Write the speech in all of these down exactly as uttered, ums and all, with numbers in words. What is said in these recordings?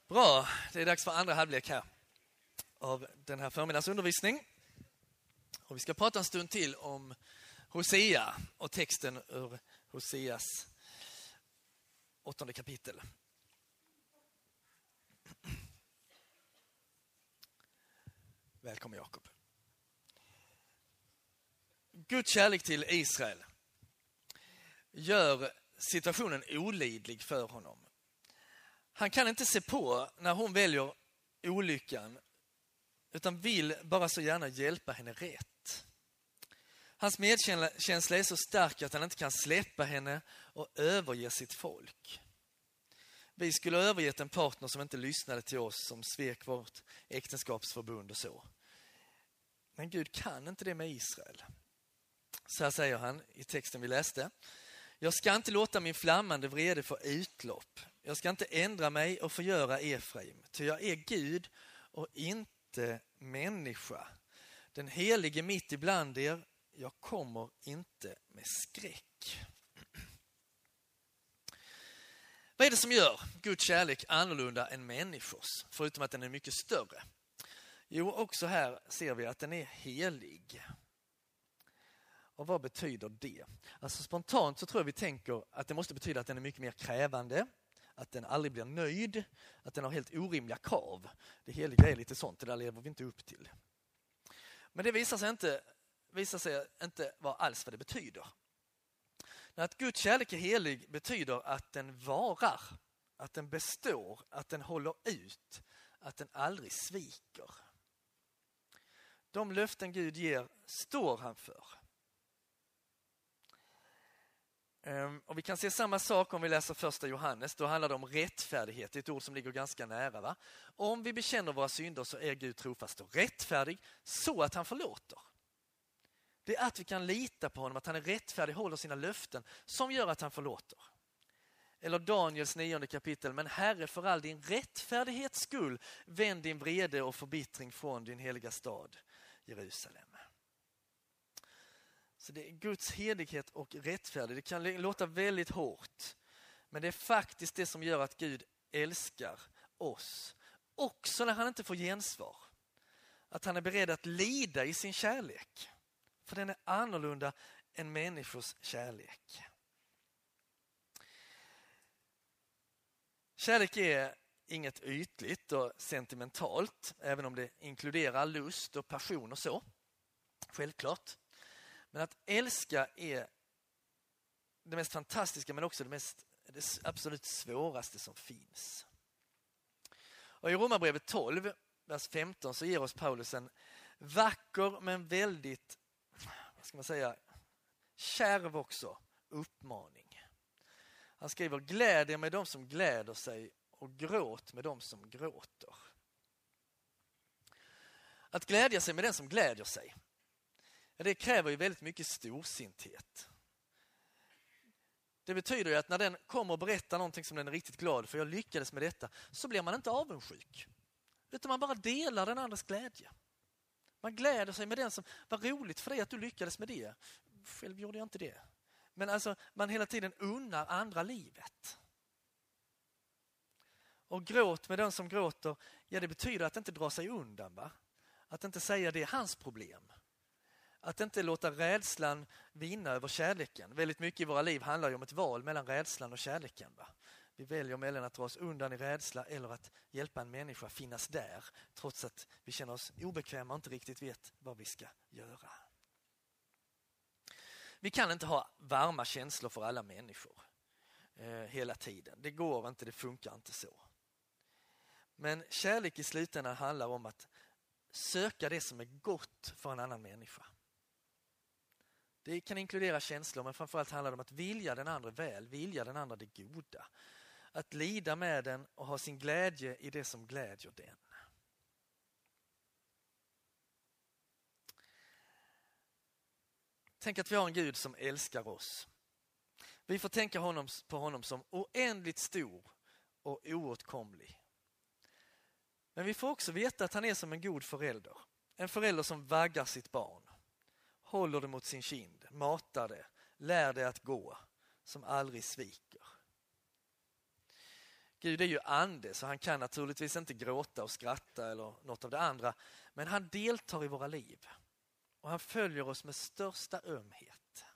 Bra, det är dags för andra halvlek här av den här förmiddagens undervisning. Och vi ska prata en stund till om Hosea och texten ur Hoseas åttonde kapitel. Välkommen Jakob. Guds kärlek till Israel gör situationen olidlig för honom. Han kan inte se på när hon väljer olyckan, utan vill bara så gärna hjälpa henne rätt. Hans medkänsla är så stark att han inte kan släppa henne och överge sitt folk. Vi skulle ha övergett en partner som inte lyssnade till oss, som svek vårt äktenskapsförbund och så. Men Gud kan inte det med Israel. Så här säger han i texten vi läste. Jag ska inte låta min flammande vrede få utlopp. Jag ska inte ändra mig och förgöra Efraim. Ty jag är Gud och inte människa. Den helige mitt ibland er. Jag kommer inte med skräck. Vad är det som gör Guds kärlek annorlunda än människors? Förutom att den är mycket större. Jo, också här ser vi att den är helig. Och vad betyder det? Alltså spontant så tror jag vi tänker att det måste betyda att den är mycket mer krävande. Att den aldrig blir nöjd. Att den har helt orimliga krav. Det heliga är lite sånt, det där lever vi inte upp till. Men det visar sig inte, visar sig inte vara alls vad det betyder. När att Guds kärlek är helig betyder att den varar. Att den består. Att den håller ut. Att den aldrig sviker. De löften Gud ger står han för. Och vi kan se samma sak om vi läser första Johannes. Då handlar det om rättfärdighet. Det är ett ord som ligger ganska nära. Va? Om vi bekänner våra synder så är Gud trofast och rättfärdig så att han förlåter. Det är att vi kan lita på honom, att han är rättfärdig, håller sina löften som gör att han förlåter. Eller Daniels nionde kapitel. Men Herre, för all din rättfärdighets skull, vänd din vrede och förbittring från din heliga stad, Jerusalem. Så det är Guds helighet och rättfärdighet. Det kan låta väldigt hårt. Men det är faktiskt det som gör att Gud älskar oss. Också när han inte får gensvar. Att han är beredd att lida i sin kärlek. För den är annorlunda än människors kärlek. Kärlek är inget ytligt och sentimentalt. Även om det inkluderar lust och passion och så. Självklart. Men att älska är det mest fantastiska men också det, mest, det absolut svåraste som finns. Och i Romarbrevet tolv, vers femton, så ger oss Paulus en vacker men väldigt, vad ska man säga, kärv också uppmaning. Han skriver: gläd er med dem som gläder sig och gråt med dem som gråter. Att glädja sig med den som glädjer sig, det kräver ju väldigt mycket storsinthet. Det betyder ju att när den kommer och berättar någonting som den är riktigt glad för, jag lyckades med detta, så blir man inte avundsjuk. Utan man bara delar den andras glädje. Man gläder sig med den som, vad roligt för dig att du lyckades med det. Själv gjorde jag inte det. Men alltså, man hela tiden unnar andra livet. Och gråt med den som gråter, ja, det betyder att inte dra sig undan, va? Att inte säga det är hans problem. Att inte låta rädslan vinna över kärleken. Väldigt mycket i våra liv handlar ju om ett val mellan rädslan och kärleken. Va? Vi väljer mellan att dra oss undan i rädsla eller att hjälpa en människa finnas där. Trots att vi känner oss obekväma och inte riktigt vet vad vi ska göra. Vi kan inte ha varma känslor för alla människor eh, hela tiden. Det går inte, det funkar inte så. Men kärlek i slutändan handlar om att söka det som är gott för en annan människa. Det kan inkludera känslor, men framförallt handlar det om att vilja den andra väl, vilja den andra det goda. Att lida med den och ha sin glädje i det som glädjer den. Tänk att vi har en Gud som älskar oss. Vi får tänka honom, på honom som oändligt stor och oåtkomlig. Men vi får också veta att han är som en god förälder. En förälder som vaggar sitt barn. Håller det mot sin kind, matar det, lär det att gå, som aldrig sviker. Gud är ju ande, så han kan naturligtvis inte gråta och skratta eller något av det andra. Men han deltar i våra liv. Och han följer oss med största ömhet.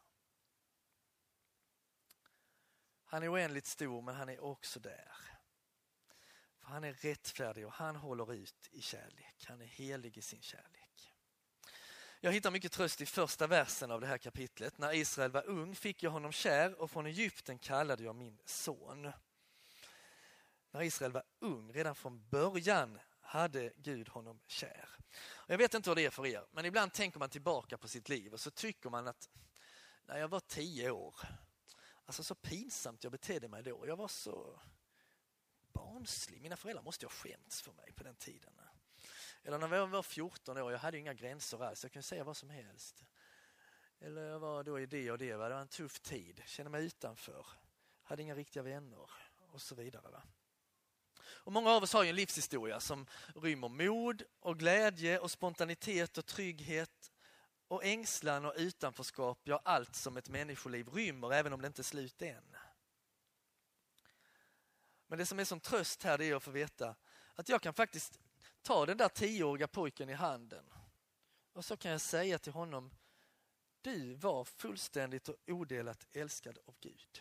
Han är oändligt stor, men han är också där. För han är rättfärdig och han håller ut i kärlek. Han är helig i sin kärlek. Jag hittar mycket tröst i första versen av det här kapitlet. När Israel var ung fick jag honom kär och från Egypten kallade jag min son. När Israel var ung, redan från början hade Gud honom kär. Och jag vet inte vad det är för er, men ibland tänker man tillbaka på sitt liv och så tycker man att när jag var tio år, alltså så pinsamt jag betedde mig då. Jag var så barnslig. Mina föräldrar måste ha skämts för mig på den tiden. Eller när jag var fjorton år, jag hade inga gränser alls. Jag kunde säga vad som helst. Eller jag var då i det och det. Det var en tuff tid. Kände mig utanför. Hade inga riktiga vänner. Och så vidare. Va? Och många av oss har ju en livshistoria som rymmer mod och glädje och spontanitet och trygghet och ängslan och utanförskap. Ja, allt som ett människoliv rymmer, även om det inte är slut än. Men det som är som tröst här, det är att få veta att jag kan faktiskt ta den där tioåriga pojken i handen. Och så kan jag säga till honom: du var fullständigt och odelat älskad av Gud.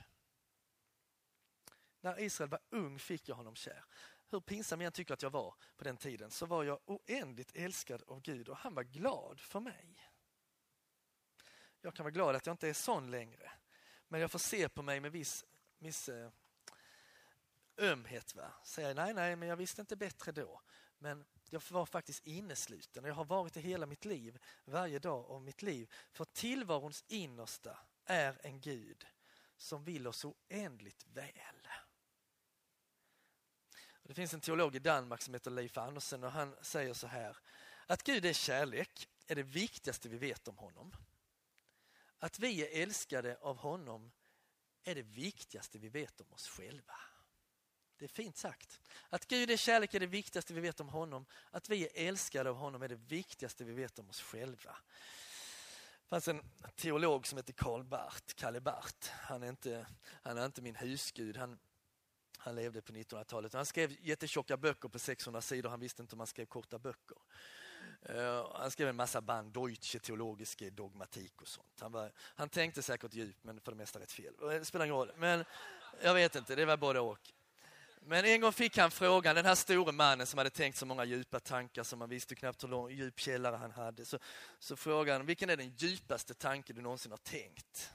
När Israel var ung fick jag honom kär. Hur pinsam jag tycker att jag var på den tiden, så var jag oändligt älskad av Gud och han var glad för mig. Jag kan vara glad att jag inte är sån längre. Men jag får se på mig med viss, viss äh, ömhet. Va? Säga nej, nej, men jag visste inte bättre då. Men jag var faktiskt innesluten och jag har varit det hela mitt liv, varje dag av mitt liv. För tillvarons innersta är en Gud som vill oss oändligt väl. Och det finns en teolog i Danmark som heter Leif Andersen och han säger så här: att Gud är kärlek är det viktigaste vi vet om honom. Att vi är älskade av honom är det viktigaste vi vet om oss själva. Det är fint sagt. Att Gud är kärlek är det viktigaste vi vet om honom. Att vi är älskade av honom är det viktigaste vi vet om oss själva. Det fanns en teolog som heter Karl Barth, Kalle Barth. Han är inte, han är inte min husgud. Han, han levde på nittonhundratalet. Han skrev jättetjocka böcker på sexhundra sidor. Han visste inte om han skrev korta böcker. Uh, han skrev en massa band, Deutsche teologiske dogmatik och sånt. Han, var, han tänkte säkert djupt, men för det mesta rätt fel. Det spelar ingen roll. Men jag vet inte, det var både och. Men en gång fick han frågan, den här stora mannen som hade tänkt så många djupa tankar som man visste knappt hur lång djup källare han hade. Så, så frågade han, vilken är den djupaste tanke du någonsin har tänkt?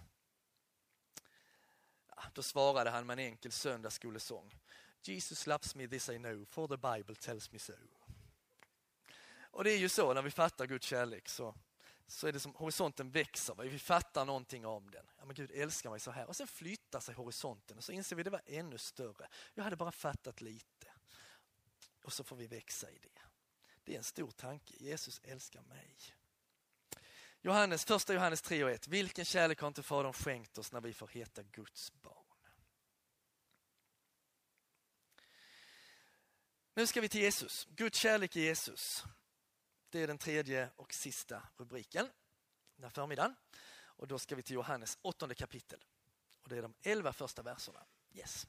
Ja, då svarade han med en enkel söndagsskolesång. Jesus loves me, this I know, for the Bible tells me so. Och det är ju så, när vi fattar Guds kärlek så, så är det som horisonten växer. Vi fattar någonting om den. Ja, men Gud älskar mig så här. Och sen flyttar sig horisonten och så inser vi att det var ännu större. Jag hade bara fattat lite. Och så får vi växa i det. Det är en stor tanke. Jesus älskar mig. Johannes, första Johannes tre och ett. Vilken kärlek har inte Fadern skänkt oss när vi får heta Guds barn? Nu ska vi till Jesus. Guds kärlek i Jesus. Det är den tredje och sista rubriken den här förmiddagen. Och då ska vi till Johannes åttonde kapitel. Och det är de elva första verserna. Yes.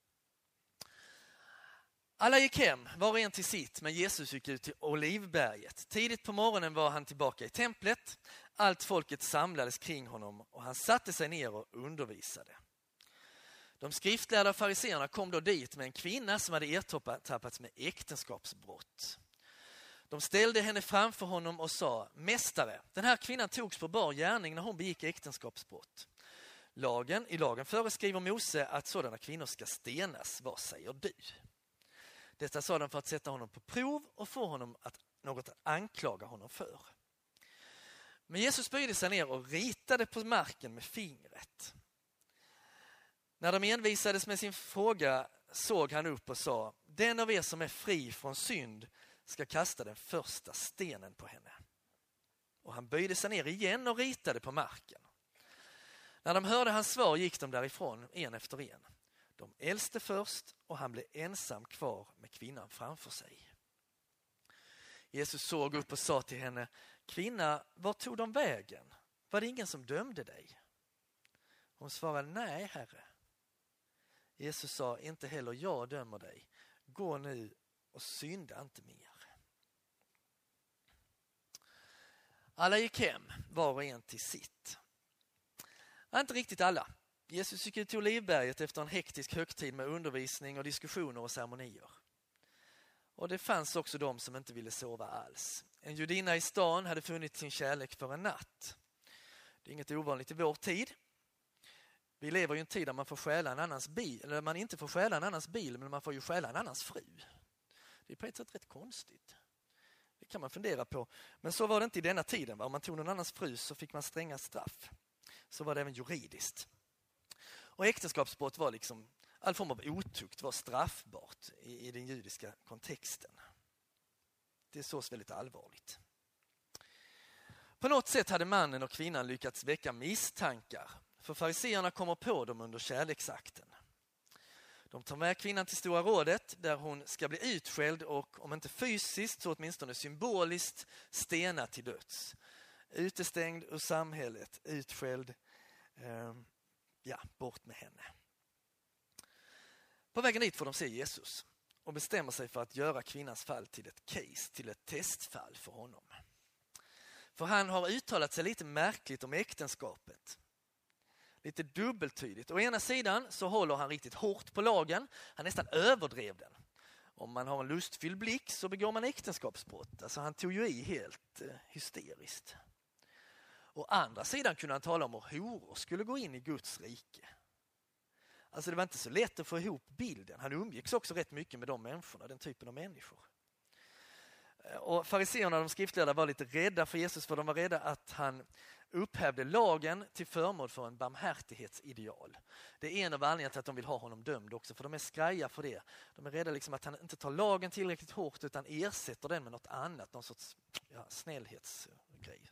Alla gick hem, var och en till sitt, men Jesus gick ut till Olivberget. Tidigt på morgonen var han tillbaka i templet. Allt folket samlades kring honom och han satte sig ner och undervisade. De skriftlärda och fariseerna kom då dit med en kvinna som hade ertappats med äktenskapsbrott. De ställde henne framför honom och sa: Mästare, den här kvinnan togs på bar gärning när hon begick äktenskapsbrott. Lagen, I lagen föreskriver Mose att sådana kvinnor ska stenas. Vad säger du? Detta sa de för att sätta honom på prov och få honom att något att anklaga honom för. Men Jesus böjde sig ner och ritade på marken med fingret. När de envisades med sin fråga såg han upp och sa: Den av er som är fri från synd ska kasta den första stenen på henne. Och han böjde sig ner igen och ritade på marken. När de hörde hans svar gick de därifrån en efter en. De äldste först och han blev ensam kvar med kvinnan framför sig. Jesus såg upp och sa till henne: Kvinna, var tog de vägen? Var det ingen som dömde dig? Hon svarade: Nej, Herre. Jesus sa, inte heller jag dömer dig. Gå nu och synda inte mer. Alla gick hem, var och en till sitt. Ja, inte riktigt alla. Jesus gick ut till Olivberget efter en hektisk högtid med undervisning och diskussioner och ceremonier. Och det fanns också de som inte ville sova alls. En judinna i stan hade funnit sin kärlek för en natt. Det är inget ovanligt i vår tid. Vi lever i en tid där man får stjäla en annans bil, eller man inte får stjäla en annans bil, men man får ju stjäla en annans fru. Det är på ett sätt rätt konstigt. Det kan man fundera på. Men så var det inte i denna tiden. Va? Om man tog någon annans fru så fick man stränga straff. Så var det även juridiskt. Och äktenskapsbrott var liksom, all form av otukt var straffbart i, i den judiska kontexten. Det sågs väldigt allvarligt. På något sätt hade mannen och kvinnan lyckats väcka misstankar. För fariseerna kommer på dem under kärleksakten. De tar med kvinnan till Stora rådet där hon ska bli utskälld och om inte fysiskt så åtminstone symboliskt stenad till döds. Utestängd ur samhället, utskälld, eh, ja, bort med henne. På vägen dit får de se Jesus och bestämmer sig för att göra kvinnans fall till ett case, till ett testfall för honom. För han har uttalat sig lite märkligt om äktenskapet. Lite dubbeltydigt. Å ena sidan så håller han riktigt hårt på lagen. Han nästan överdrev den. Om man har en lustfylld blick så begår man äktenskapsbrott. Alltså han tog ju i helt eh, hysteriskt. Å andra sidan kunde han tala om hur horor skulle gå in i Guds rike. Alltså det var inte så lätt att få ihop bilden. Han umgicks också rätt mycket med de människorna, den typen av människor. Och fariseerna, de skriftlärda, var lite rädda för Jesus för de var rädda att han upphävde lagen till förmån för en barmhärtighetsideal. Det är en av anledningarna till att de vill ha honom dömd också, för de är skraja för det. De är rädda liksom att han inte tar lagen tillräckligt hårt utan ersätter den med något annat, någon sorts ja, snällhetsgrej.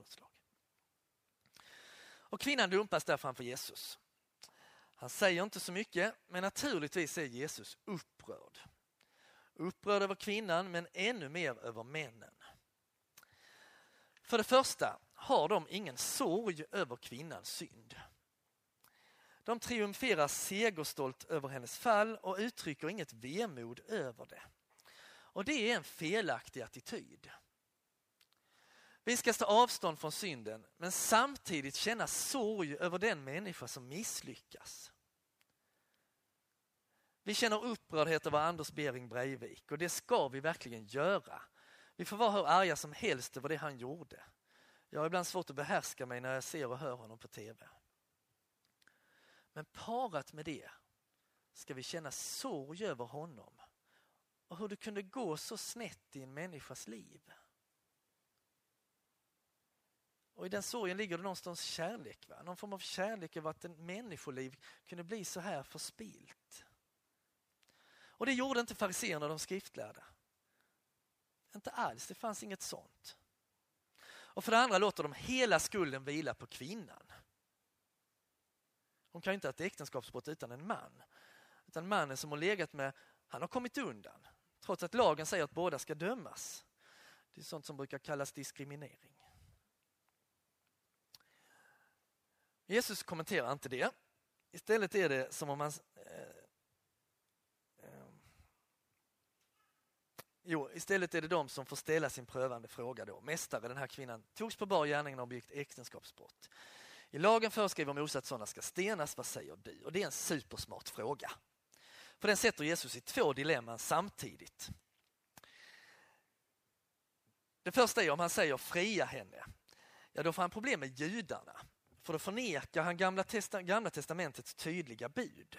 Och kvinnan dumpas där framför Jesus. Han säger inte så mycket, men naturligtvis är Jesus upprörd. Upprörd över kvinnan, men ännu mer över männen. För det första har de ingen sorg över kvinnans synd. De triumferar segerstolt över hennes fall och uttrycker inget vemod över det. Och det är en felaktig attityd. Vi ska ta avstånd från synden, men samtidigt känna sorg över den människa som misslyckas. Vi känner upprördhet över Anders Bering Breivik och det ska vi verkligen göra. Vi får vara hur arga som helst över det han gjorde. Jag har ibland svårt att behärska mig när jag ser och hör honom på tv. Men parat med det ska vi känna sorg över honom och hur det kunde gå så snett i en människas liv. Och i den sorgen ligger det någonstans kärlek. Va? Någon form av kärlek över att en människoliv kunde bli så här förspilt. Och det gjorde inte fariseerna, de skriftlärda. Inte alls, det fanns inget sånt. Och för det andra låter de hela skulden vila på kvinnan. Hon kan ju inte ha ett äktenskapsbrott utan en man. Utan mannen som hon legat med, han har kommit undan. Trots att lagen säger att båda ska dömas. Det är sånt som brukar kallas diskriminering. Jesus kommenterar inte det. Istället är det som om man... Eh, eh, jo, istället är det de som får ställa sin prövande fråga då. Mästare, den här kvinnan, togs på bar gärning när hon begick äktenskapsbrott. I lagen föreskriver Mose att sådana ska stenas. Vad säger du? Och det är en supersmart fråga. För den sätter Jesus i två dilemman samtidigt. Det första är om han säger fria henne. Ja, då får han problem med judarna. För då förnekar han gamla, testa, gamla testamentets tydliga bud.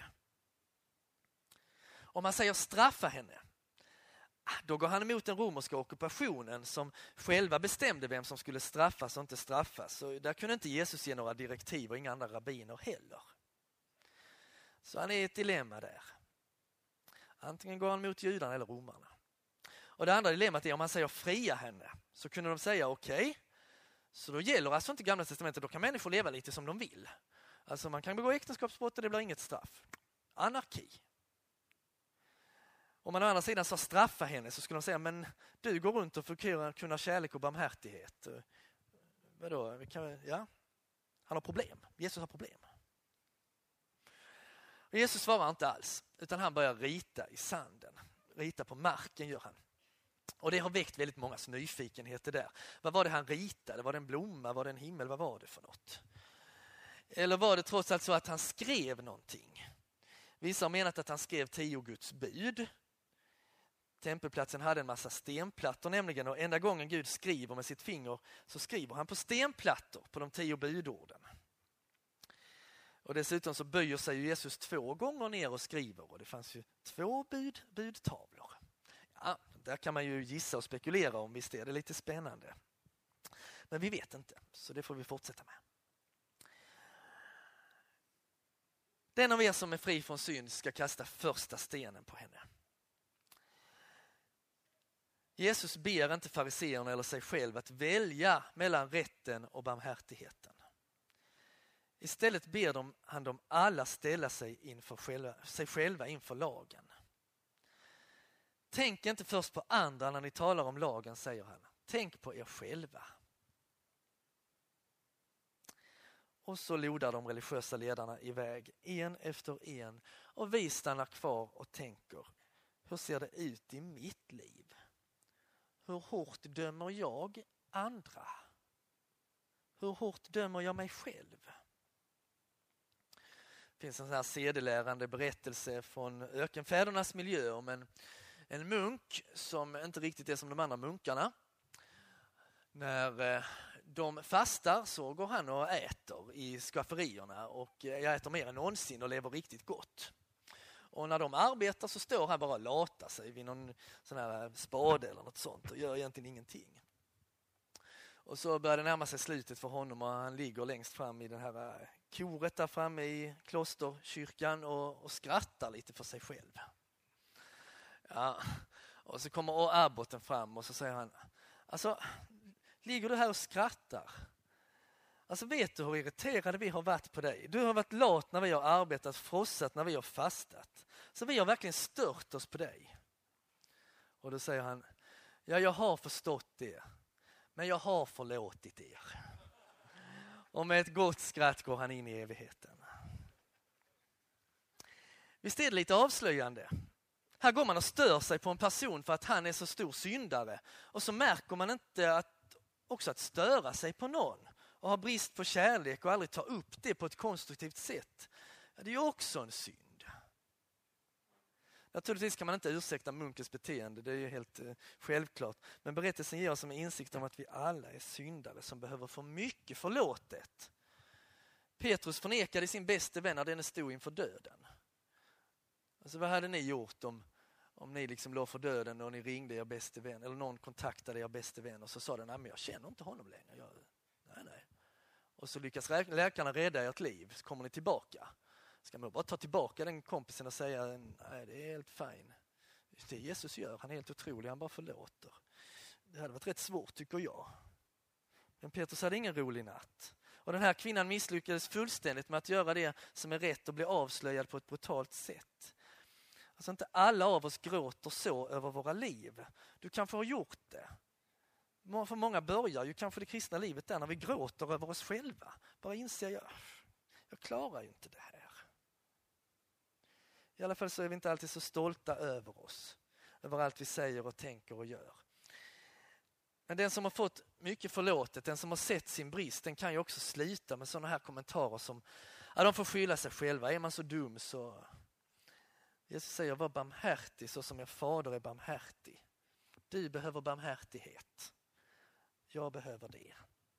Om han säger straffa henne, då går han emot den romerska ockupationen som själva bestämde vem som skulle straffas och inte straffas. Så där kunde inte Jesus ge några direktiv och inga andra rabbiner heller. Så han är i ett dilemma där. Antingen går han mot judarna eller romarna. Och det andra dilemmat är om han säger fria henne, så kunde de säga okej. Okay, så då gäller alltså inte gamla testamentet, då kan människor leva lite som de vill. Alltså man kan begå äktenskapsbrott och det blir inget straff. Anarki. Om man å andra sidan sa straffa henne så skulle de säga, men du går runt och förkunnar kunna kärlek och barmhärtighet. Vadå? Vi kan, ja. Han har problem. Jesus har problem. Och Jesus svarar inte alls, utan han börjar rita i sanden. Rita på marken gör han. Och det har väckt väldigt mångas nyfikenheter där. Vad var det han ritade? Var det en blomma? Var det en himmel? Vad var det för något? Eller var det trots allt så att han skrev någonting? Vissa har menat att han skrev tio Guds bud. Tempelplatsen hade en massa stenplattor nämligen, och enda gången Gud skriver med sitt finger så skriver han på stenplattor på de tio budorden. Och dessutom så böjer sig Jesus två gånger ner och skriver, och det fanns ju två bud, budtavlor. Ja, där kan man ju gissa och spekulera om, visst är det lite spännande. Men vi vet inte, så det får vi fortsätta med. Den av er som är fri från synd ska kasta första stenen på henne. Jesus ber inte fariseerna eller sig själv att välja mellan rätten och barmhärtigheten. Istället ber de, han dem alla ställa sig, inför själva, sig själva inför lagen. Tänk inte först på andra när ni talar om lagen, säger han. Tänk på er själva. Och så lodar de religiösa ledarna iväg en efter en, och vi stannar kvar och tänker, hur ser det ut i mitt liv? Hur hårt dömer jag andra? Hur hårt dömer jag mig själv? Det finns en sån här sedelärande berättelse från ökenfädernas miljö om en, en munk som inte riktigt är som de andra munkarna. När de fastar så går han och äter i skafferierna, och jag äter mer än någonsin och lever riktigt gott. Och när de arbetar så står han bara och latar sig vid någon sån här spade eller något sånt och gör egentligen ingenting. Och så börjar det närma sig slutet för honom, och han ligger längst fram i den här koret där framme i klosterkyrkan och, och skrattar lite för sig själv. Ja. Och så kommer abboten fram och så säger han, alltså, ligger du här och skrattar? Alltså, vet du hur irriterade vi har varit på dig? Du har varit lat när vi har arbetat, frossat när vi har fastat. Så vi har verkligen stört oss på dig. Och då säger han, ja, jag har förstått det. Men jag har förlåtit er. Och med ett gott skratt går han in i evigheten. Visst är det lite avslöjande? Här går man och stör sig på en person för att han är så stor syndare. Och så märker man inte att också att störa sig på någon och ha brist på kärlek och aldrig ta upp det på ett konstruktivt sätt. Ja, det är ju också en synd. Naturligtvis kan man inte ursäkta munkens beteende, det är ju helt eh, självklart. Men berättelsen ger oss en insikt om att vi alla är syndare som behöver få mycket förlåtet. Petrus förnekade sin bäste vän när denne stod inför döden. Alltså, vad hade ni gjort om, om ni liksom låg för döden och ni ringde er bäste vän, eller någon kontaktade er bäste vän och så sa den, nej, men jag känner inte honom längre. Jag, nej, nej. Och så lyckas läkarna rädda ert liv, så kommer ni tillbaka. Ska man bara ta tillbaka den kompisen och säga, nej, det är helt fine. Det Jesus gör, han är helt otrolig, han bara förlåter. Det hade varit rätt svårt, tycker jag. Men Petrus hade ingen rolig natt. Och den här kvinnan misslyckades fullständigt med att göra det som är rätt och bli avslöjad på ett brutalt sätt. Alltså, inte alla av oss gråter så över våra liv. Du kanske har gjort det. För många börjar ju kanske det kristna livet där när vi gråter över oss själva. Bara inser jag, jag klarar ju inte det här. I alla fall så är vi inte alltid så stolta över oss. Över allt vi säger och tänker och gör. Men den som har fått mycket förlåtet, den som har sett sin brist, den kan ju också slita med sådana här kommentarer som, ja, de får skylla sig själva. Är man så dum så... Jesus säger, var barmhärtig så som er fader är barmhärtig. Du behöver barmhärtighet. Jag behöver det.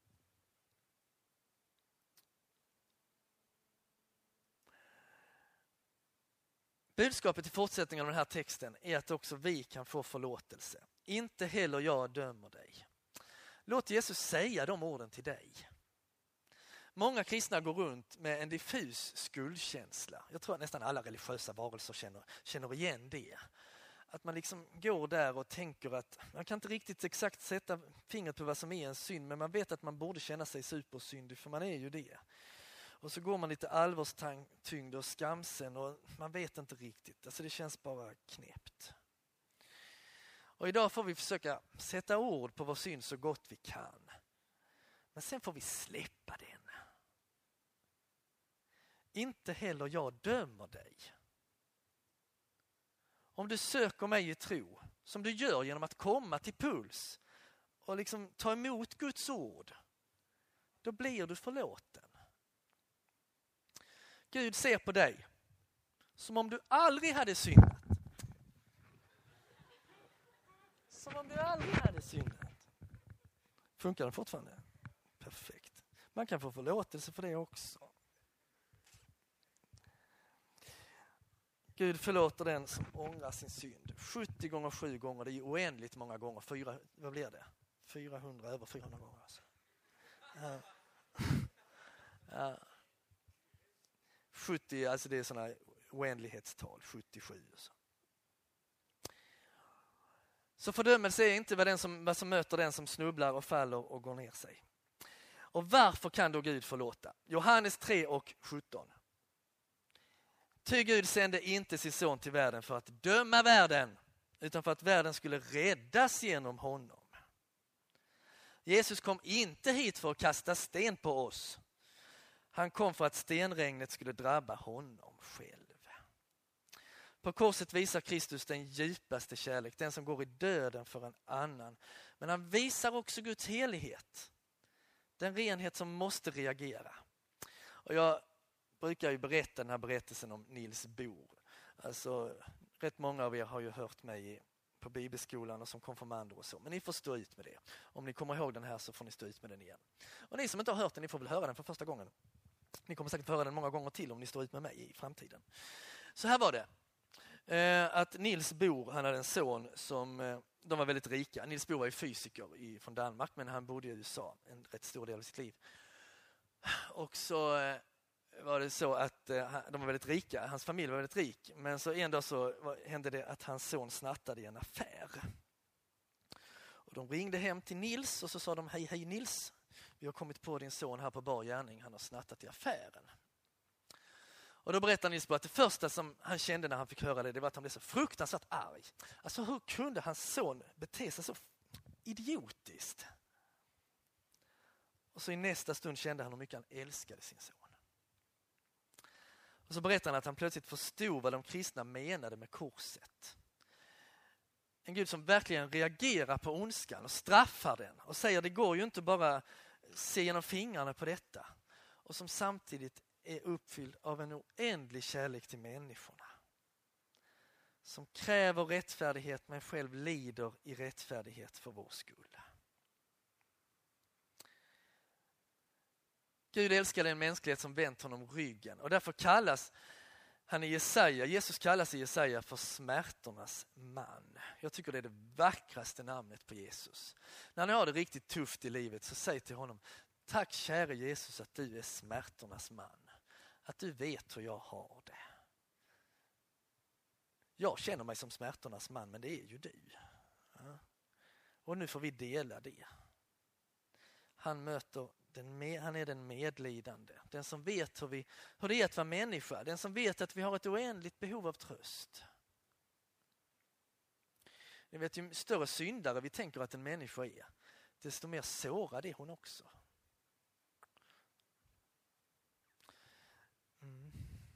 Budskapet i fortsättningen av den här texten är att också vi kan få förlåtelse. Inte heller jag dömer dig. Låt Jesus säga de orden till dig. Många kristna går runt med en diffus skuldkänsla. Jag tror att nästan alla religiösa varelser känner, känner igen det. Att man liksom går där och tänker att man kan inte riktigt exakt sätta fingret på vad som är en synd, men man vet att man borde känna sig supersyndig, för man är ju det. Och så går man lite allvarstyngd och skamsen och man vet inte riktigt. Alltså, det känns bara knäppt. Och idag får vi försöka sätta ord på vår synd så gott vi kan. Men sen får vi släppa den. inte heller jag dömer dig. Om du söker mig i tro, som du gör genom att komma till Puls och liksom ta emot Guds ord, då blir du förlåten. Gud ser på dig som om du aldrig hade syndat. Som om du aldrig hade syndat. Funkar den fortfarande? Perfekt. Man kan få förlåtelse för det också. Gud förlåter den som ångrar sin synd. sjuttio gånger sju gånger, det är oändligt många gånger. Fyra, vad blir det? fyrahundra, över fyrahundra gånger. Alltså. Ja. Ja. sjuttio, alltså det är sådana oändlighetstal, sjuttiosju. Så. så fördömelse är inte vad, den som, vad som möter den som snubblar och faller och går ner sig. Och varför kan då Gud förlåta? Johannes tre och sjutton. Ty Gud sände inte sin son till världen för att döma världen, utan för att världen skulle räddas genom honom. Jesus kom inte hit för att kasta sten på oss. Han kom för att stenregnet skulle drabba honom själv. På korset visar Kristus den djupaste kärlek, den som går i döden för en annan. Men han visar också Guds helighet. Den renhet som måste reagera. Och jag brukar ju berätta den här berättelsen om Niels Bohr. Alltså, rätt många av er har ju hört mig på bibelskolan och som konfirmander och så. Men ni får stå ut med det. Om ni kommer ihåg den här så får ni stå ut med den igen. Och ni som inte har hört den, ni får väl höra den för första gången. Ni kommer säkert få höra den många gånger till om ni står ut med mig i framtiden. Så här var det. Eh, att Niels Bohr, han hade en son som, eh, de var väldigt rika. Niels Bohr var ju fysiker i, från Danmark, men han bodde i U S A en rätt stor del av sitt liv. Och så eh, var det så att eh, de var väldigt rika, hans familj var väldigt rik. Men så en dag så var, hände det att hans son snattade i en affär. Och de ringde hem till Nils och så sa de, hej hej Nils, vi har kommit på din son här på bar gärning, han har snattat i affären. Och då berättade Nils på att det första som han kände när han fick höra det, det var att han blev så fruktansvärt arg. Alltså hur kunde hans son bete sig så idiotiskt? Och så i nästa stund kände han hur mycket han älskade sin son. Och så berättade han att han plötsligt förstod vad de kristna menade med korset. En Gud som verkligen reagerar på ondskan och straffar den och säger det går ju inte bara se genom fingrarna på detta. Och som samtidigt är uppfylld av en oändlig kärlek till människorna. Som kräver rättfärdighet men själv lider i rättfärdighet för vår skull. Gud älskar den mänsklighet som vänt honom ryggen och därför kallas han i Jesaja, Jesus kallas i Jesaja för smärtornas man. Jag tycker det är det vackraste namnet på Jesus. När ni har det riktigt tufft i livet så säg till honom, tack käre Jesus att du är smärtornas man. Att du vet hur jag har det. Jag känner mig som smärtornas man, men det är ju du. Ja. Och nu får vi dela det. Han möter den med, han är den medlidande. Den som vet hur, vi, hur det är att vara människa. Den som vet att vi har ett oändligt behov av tröst. Ni vet ju större syndare vi tänker att en människa är, desto mer sårad är hon också. Mm.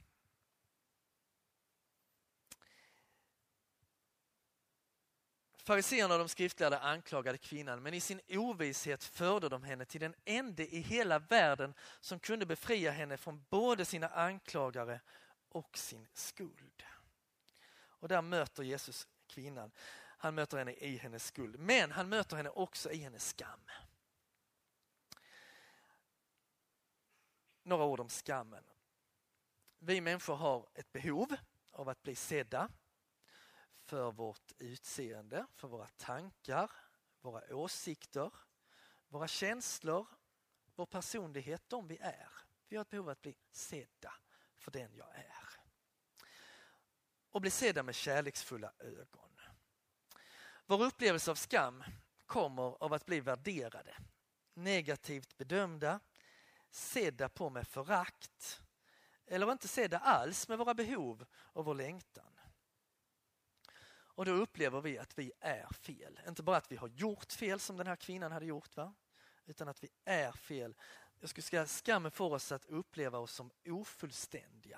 Fariseerna och de skriftlärda anklagade kvinnan, men i sin ovishet förde de henne till den ende i hela världen som kunde befria henne från både sina anklagare och sin skuld. Och där möter Jesus kvinnan. Han möter henne i hennes skuld, men han möter henne också i hennes skam. Några ord om skammen. Vi människor har ett behov av att bli sedda för vårt utseende, för våra tankar, våra åsikter, våra känslor, vår personlighet, de vi är. Vi har ett behov av att bli sedda för den jag är. Och bli sedda med kärleksfulla ögon. Vår upplevelse av skam kommer av att bli värderade, negativt bedömda, sedda på med förakt eller inte sedda alls med våra behov och vår längtan. Och då upplever vi att vi är fel. Inte bara att vi har gjort fel som den här kvinnan hade gjort, va? Utan att vi är fel. Jag skulle säga skammen får oss att uppleva oss som ofullständiga.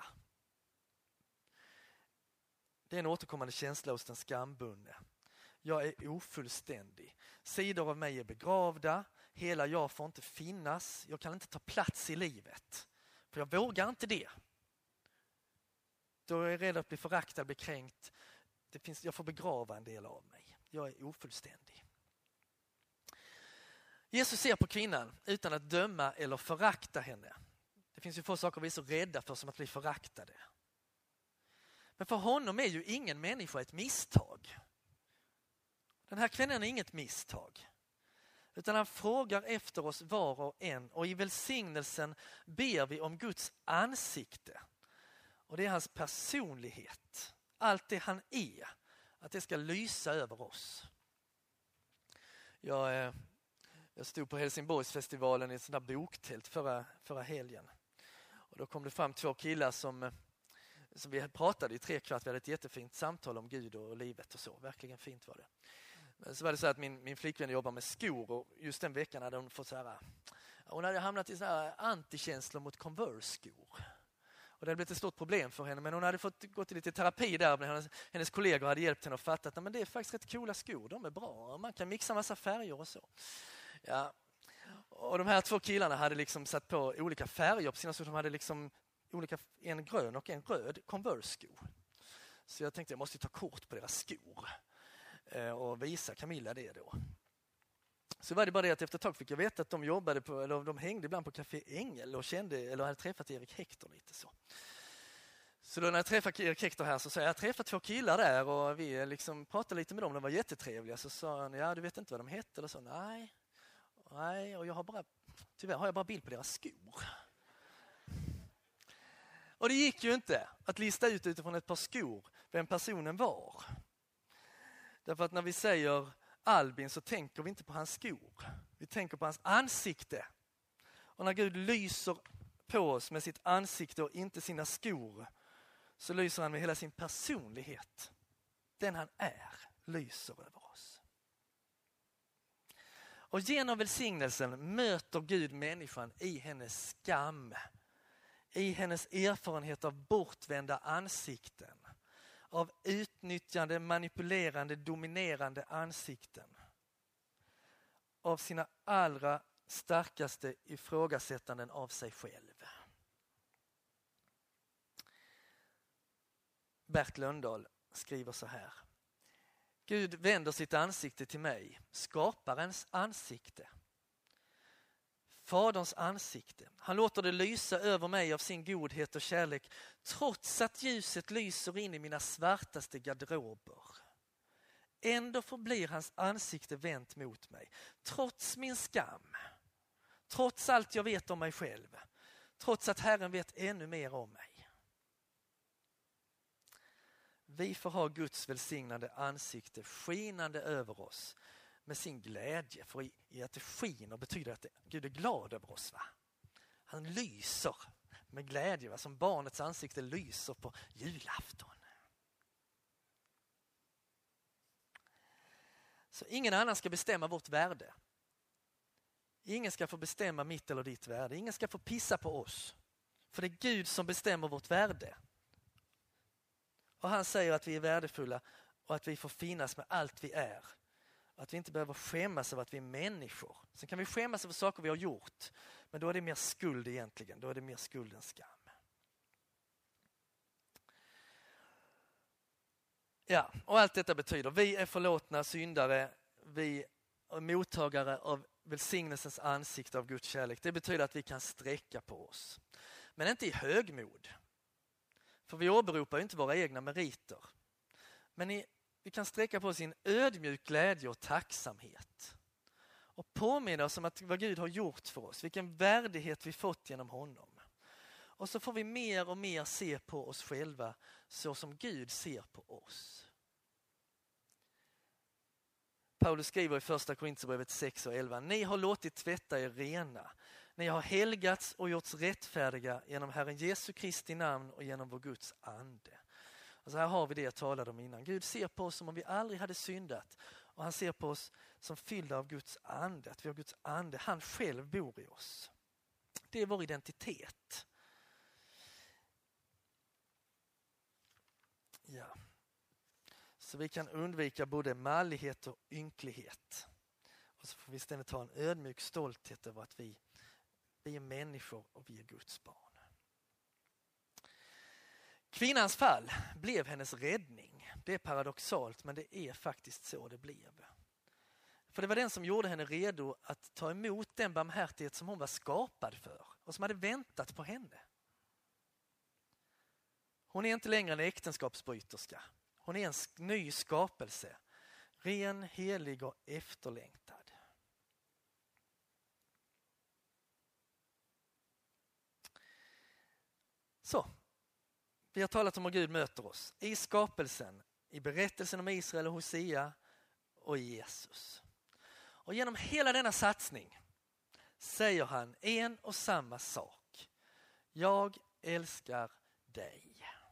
Det är en återkommande känsla hos den skambundne. Jag är ofullständig. Sidor av mig är begravda. Hela jag får inte finnas. Jag kan inte ta plats i livet. För jag vågar inte det. Då är jag rädd att bli föraktad, bli kränkt. Det finns, jag får begrava en del av mig. Jag är ofullständig. Jesus ser på kvinnan utan att döma eller förakta henne. Det finns ju få saker vi är så rädda för som att bli föraktade. Men för honom är ju ingen människa ett misstag. Den här kvinnan är inget misstag. Utan han frågar efter oss var och en. Och i välsignelsen ber vi om Guds ansikte. Och det är hans personlighet. Allt det han är. Att det ska lysa över oss. Jag, eh, jag stod på Helsingborgsfestivalen i ett sånt där boktält förra, förra helgen. Och då kom det fram två killar som... Så vi pratade i tre kvart, vi hade ett jättefint samtal om Gud och livet och så. Verkligen fint var det. Men så var det så att min, min flickvän jobbar med skor och just den veckan hade hon fått så här... Hon hade hamnat i så här antikänslor mot Converse-skor. Och det hade blivit ett stort problem för henne, men hon hade fått gå till lite terapi där. Hennes, hennes kollegor hade hjälpt henne att fatta att men det är faktiskt rätt coola skor, de är bra. Man kan mixa massa färger och så. Ja. Och de här två killarna hade liksom satt på olika färger på sina skor. De hade liksom olika, en grön och en röd Converse-sko. Så jag tänkte jag måste ta kort på deras skor och visa Camilla det då. Så var det bara det att efter ett tag fick jag veta att de jobbade på, eller de hängde ibland på Café Ängel och kände, eller hade träffat Erik Hector lite så. Så då när jag träffade Erik Hector här så sa jag, jag träffade två killar där och vi liksom pratade lite med dem, de var jättetrevliga. Så sa han, ja du vet inte vad de hette? Eller så, nej, nej, och jag har bara, tyvärr har jag bara bild på deras skor. Och det gick ju inte att lista ut utifrån ett par skor vem personen var. Därför att när vi säger Albin så tänker vi inte på hans skor. Vi tänker på hans ansikte. Och när Gud lyser på oss med sitt ansikte och inte sina skor så lyser han med hela sin personlighet. Den han är lyser över oss. Och genom välsignelsen möter Gud människan i hennes skam. I hennes erfarenhet av bortvända ansikten. Av utnyttjande, manipulerande, dominerande ansikten. Av sina allra starkaste ifrågasättanden av sig själv. Bert Lundahl skriver så här. Gud vänder sitt ansikte till mig, skaparens ansikte. Faderns ansikte. Han låter det lysa över mig av sin godhet och kärlek trots att ljuset lyser in i mina svartaste garderober. Ändå förblir hans ansikte vänt mot mig. Trots min skam. Trots allt jag vet om mig själv. Trots att Herren vet ännu mer om mig. Vi får ha Guds välsignande ansikte skinande över oss. Med sin glädje, för i, i att det skiner betyder att det, Gud är glad över oss. Va? Han lyser med glädje, va? Som barnets ansikte lyser på julafton. Så ingen annan ska bestämma vårt värde. Ingen ska få bestämma mitt eller ditt värde. Ingen ska få pissa på oss. För det är Gud som bestämmer vårt värde. Och han säger att vi är värdefulla och att vi får finnas med allt vi är. Att vi inte behöver skämmas över att vi är människor. Sen kan vi skämmas över saker vi har gjort. Men då är det mer skuld egentligen. Då är det mer skuld än skam. Ja, och allt detta betyder vi är förlåtna syndare. Vi är mottagare av välsignelsens ansikte av Guds kärlek. Det betyder att vi kan sträcka på oss. Men inte i högmod. För vi åberopar ju inte våra egna meriter. Men i Vi kan sträcka på oss en ödmjuk glädje och tacksamhet. Och påminna oss om att vad Gud har gjort för oss. Vilken värdighet vi fått genom honom. Och så får vi mer och mer se på oss själva så som Gud ser på oss. Paulus skriver i första Korinthierbrevet sex och elva. Ni har låtit tvätta er rena. Ni har helgats och gjorts rättfärdiga genom Herren Jesu Kristi namn och genom vår Guds ande. Alltså här har vi det jag talade om innan. Gud ser på oss som om vi aldrig hade syndat. Och han ser på oss som fyllda av Guds ande. Att vi har Guds ande. Han själv bor i oss. Det är vår identitet. Ja. Så vi kan undvika både mallighet och ynklighet. Och så får vi istället ta en ödmjuk stolthet över att vi, vi är människor och vi är Guds barn. Kvinnans fall blev hennes räddning. Det är paradoxalt, men det är faktiskt så det blev. För det var den som gjorde henne redo att ta emot den barmhärtighet som hon var skapad för och som hade väntat på henne. Hon är inte längre en äktenskapsbryterska. Hon är en ny skapelse. Ren, helig och efterlängtad. Så, vi har talat om hur Gud möter oss i skapelsen, i berättelsen om Israel och Hosea och i Jesus. Och genom hela denna satsning säger han en och samma sak. Jag älskar dig.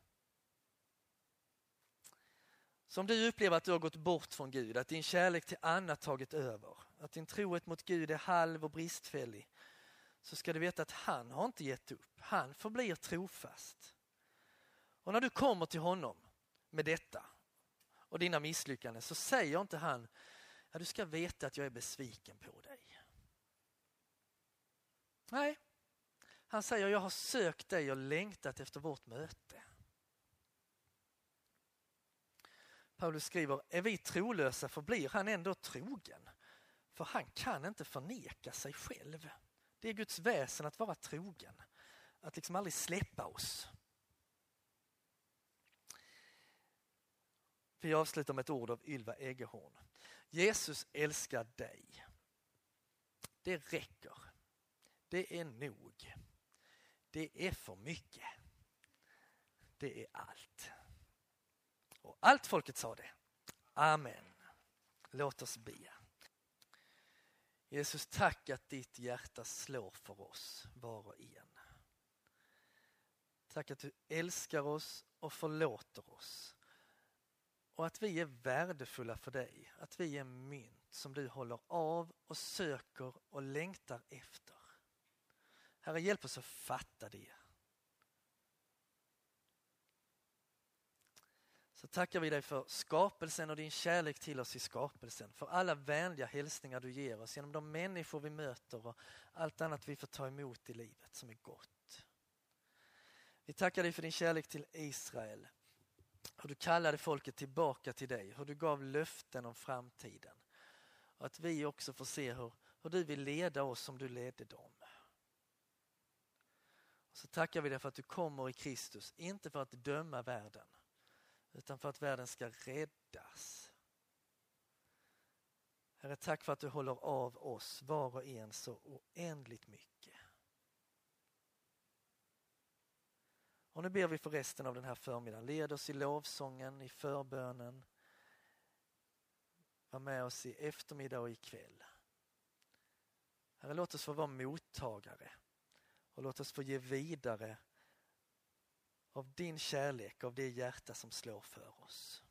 Så om du upplever att du har gått bort från Gud, att din kärlek till annat tagit över, att din trohet mot Gud är halv och bristfällig, så ska du veta att han har inte gett upp. Han förblir trofast. Och när du kommer till honom med detta och dina misslyckanden, så säger inte han: ja, du ska veta att jag är besviken på dig. Nej, han säger: jag har sökt dig och längtat efter vårt möte. Paulus skriver: är vi trolösa förblir han ändå trogen. För han kan inte förneka sig själv. Det är Guds väsen att vara trogen. Att liksom aldrig släppa oss. Vi avslutar med ett ord av Ylva Eggehorn. Jesus älskar dig. Det räcker. Det är nog. Det är för mycket. Det är allt. Och allt folket sa det. Amen. Låt oss be. Jesus, tack att ditt hjärta slår för oss var och en. Tack att du älskar oss och förlåter oss. Och att vi är värdefulla för dig. Att vi är mynt som du håller av och söker och längtar efter. Herre, hjälp oss att fatta det. Så tackar vi dig för skapelsen och din kärlek till oss i skapelsen. För alla vänliga hälsningar du ger oss genom de människor vi möter och allt annat vi får ta emot i livet som är gott. Vi tackar dig för din kärlek till Israel. Hur du kallade folket tillbaka till dig. Hur du gav löften om framtiden. Och att vi också får se hur, hur du vill leda oss som du ledde dem. Och så tackar vi dig för att du kommer i Kristus. Inte för att döma världen. Utan för att världen ska räddas. Herre, tack för att du håller av oss var och en så oändligt mycket. Och nu ber vi för resten av den här förmiddagen. Led oss i lovsången, i förbönen. Var med oss i eftermiddag och i kväll. Herre, låt oss få vara mottagare. Och låt oss få ge vidare av din kärlek, av det hjärta som slår för oss.